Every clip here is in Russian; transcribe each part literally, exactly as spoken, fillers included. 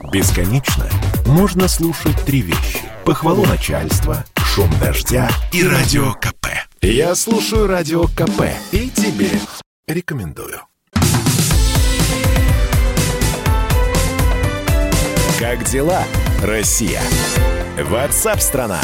Бесконечно можно слушать три вещи: похвалу начальства, шум дождя и радио КП. Я слушаю радио КП и тебе рекомендую. Как дела, Россия? Ватсап-страна!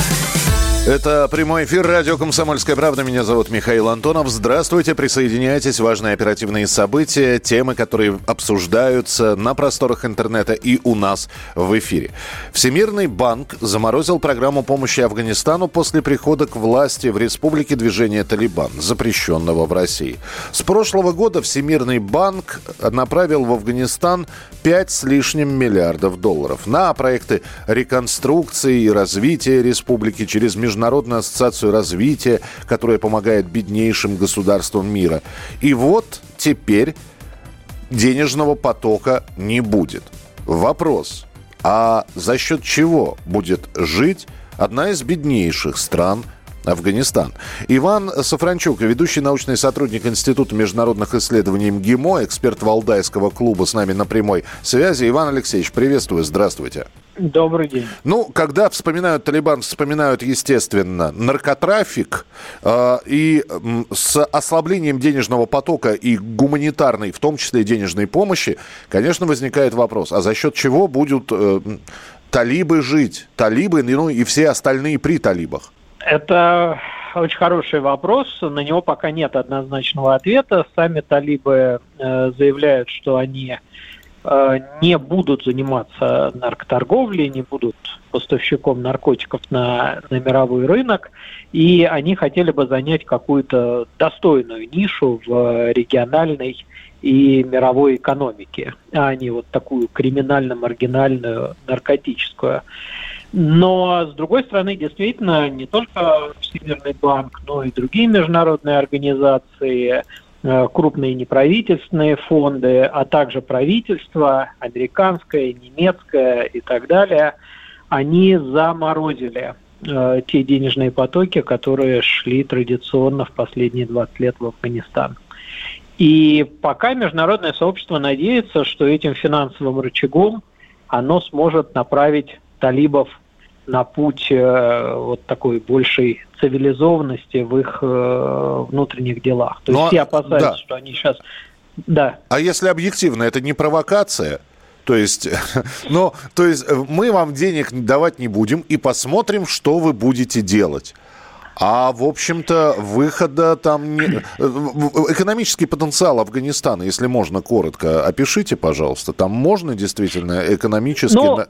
Это прямой эфир радио «Комсомольская правда». Меня зовут Михаил Антонов. Здравствуйте, присоединяйтесь. Важные оперативные события, темы, которые обсуждаются на просторах интернета и у нас в эфире. Всемирный банк заморозил программу помощи Афганистану после прихода к власти в республике движения «Талибан», запрещенного в России. С прошлого года Всемирный банк направил в Афганистан пять с лишним миллиардов долларов на проекты реконструкции и развития республики через международные Международную ассоциацию развития, которая помогает беднейшим государствам мира. И вот теперь денежного потока не будет. Вопрос, а за счет чего будет жить одна из беднейших стран Афганистан? Иван Сафранчук, ведущий научный сотрудник Института международных исследований МГИМО, эксперт Валдайского клуба, с нами на прямой связи. Иван Алексеевич, приветствую, здравствуйте. Добрый день. Ну, когда вспоминают Талибан, вспоминают, естественно, наркотрафик. Э, и э, с ослаблением денежного потока и гуманитарной, в том числе и денежной помощи, конечно, возникает вопрос, а за счет чего будут э, талибы жить? Талибы, ну и все остальные при талибах. Это очень хороший вопрос. На него пока нет однозначного ответа. Сами талибы э, заявляют, что они э, не будут заниматься наркоторговлей, не будут поставщиком наркотиков на, на мировой рынок. И они хотели бы занять какую-то достойную нишу в региональной и мировой экономике, а не вот такую криминально-маргинальную, наркотическую. Но, с другой стороны, действительно, не только Всемирный банк, но и другие международные организации, крупные неправительственные фонды, а также правительство, американское, немецкое и так далее, они заморозили э, те денежные потоки, которые шли традиционно в последние двадцать лет в Афганистан. И пока международное сообщество надеется, что этим финансовым рычагом оно сможет направить талибов на путь э, вот такой большей цивилизованности в их э, внутренних делах. То есть все опасаются, да, что они сейчас... Да. А если объективно, это не провокация? То есть, ну, то есть мы вам денег давать не будем и посмотрим, что вы будете делать. А, в общем-то, выхода там... Не... Экономический потенциал Афганистана, если можно коротко, опишите, пожалуйста. Там можно действительно экономически... Но...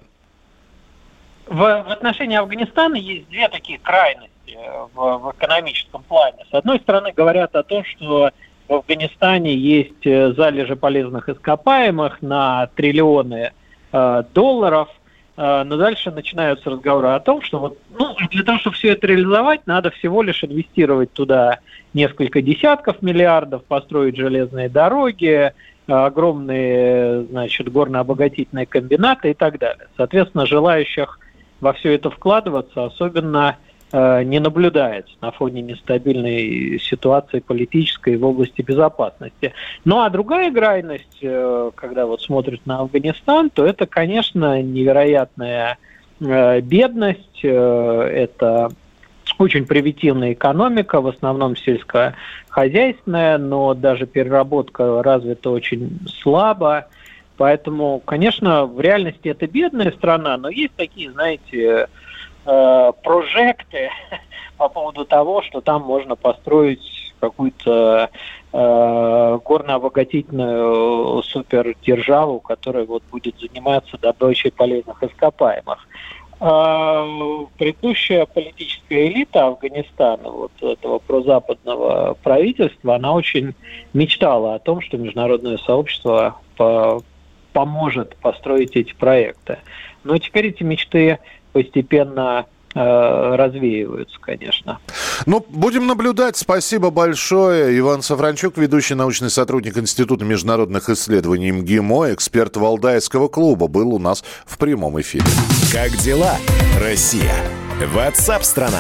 В, в отношении Афганистана есть две такие крайности в, в экономическом плане. С одной стороны, говорят о том, что в Афганистане есть залежи полезных ископаемых на триллионы э, долларов, э, но дальше начинаются разговоры о том, что вот, ну, для того, чтобы все это реализовать, надо всего лишь инвестировать туда несколько десятков миллиардов, построить железные дороги, огромные, значит, горно-обогатительные комбинаты и так далее. Соответственно, желающих во все это вкладываться особенно э, не наблюдается на фоне нестабильной ситуации политической в области безопасности. Ну а другая крайность, э, когда вот смотрят на Афганистан, то это, конечно, невероятная э, бедность, э, это очень примитивная экономика, в основном сельскохозяйственная, но даже переработка развита очень слабо. Поэтому, конечно, в реальности это бедная страна, но есть такие, знаете, э, прожекты по поводу того, что там можно построить какую-то э, горно-обогатительную супердержаву, которая вот будет заниматься добычей полезных ископаемых. А предыдущая политическая элита Афганистана, вот этого прозападного правительства, она очень мечтала о том, что международное сообщество по поможет построить эти проекты. Но теперь эти мечты постепенно э, развеиваются, конечно. Ну, будем наблюдать. Спасибо большое. Иван Сафранчук, ведущий научный сотрудник Института международных исследований МГИМО, эксперт Валдайского клуба, был у нас в прямом эфире. Как дела, Россия? Ватсап-страна!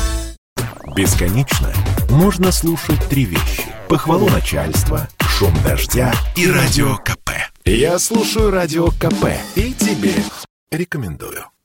Бесконечно можно слушать три вещи: похвалу начальства, шум дождя и радио КП. Я слушаю радио КП и тебе рекомендую.